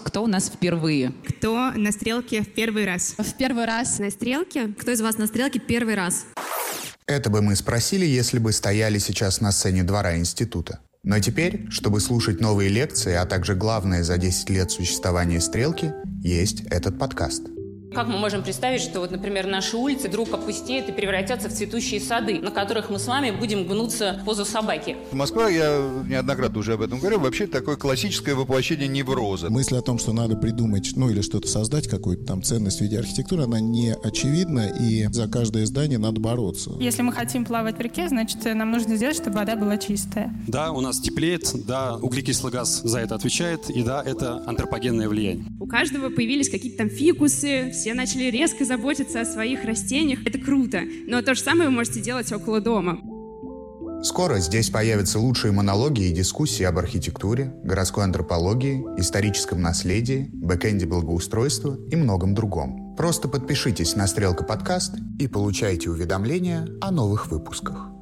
Кто у нас впервые? Кто на стрелке в первый раз? В первый раз на стрелке? Кто из вас на стрелке первый раз? Это бы мы спросили, если бы стояли сейчас на сцене двора института. Но теперь, чтобы слушать новые лекции, а также главное за 10 лет существования стрелки, есть этот подкаст. Как мы можем представить, что, вот, например, наши улицы вдруг опустеют и превратятся в цветущие сады, на которых мы с вами будем гнуться в позу собаки? Москва, я неоднократно уже об этом говорил, вообще такое классическое воплощение невроза. Мысль о том, что надо придумать, или что-то создать, какую-то там ценность в виде архитектуры, она не очевидна, и за каждое здание надо бороться. Если мы хотим плавать в реке, значит, нам нужно сделать, чтобы вода была чистая. Да, у нас теплеет, да, углекислый газ за это отвечает, и да, это антропогенное влияние. У каждого появились какие-то там фикусы, все начали резко заботиться о своих растениях. Это круто, но то же самое вы можете делать около дома. Скоро здесь появятся лучшие монологи и дискуссии об архитектуре, городской антропологии, историческом наследии, бэкэнде благоустройства и многом другом. Просто подпишитесь на «Стрелка подкаст» и получайте уведомления о новых выпусках.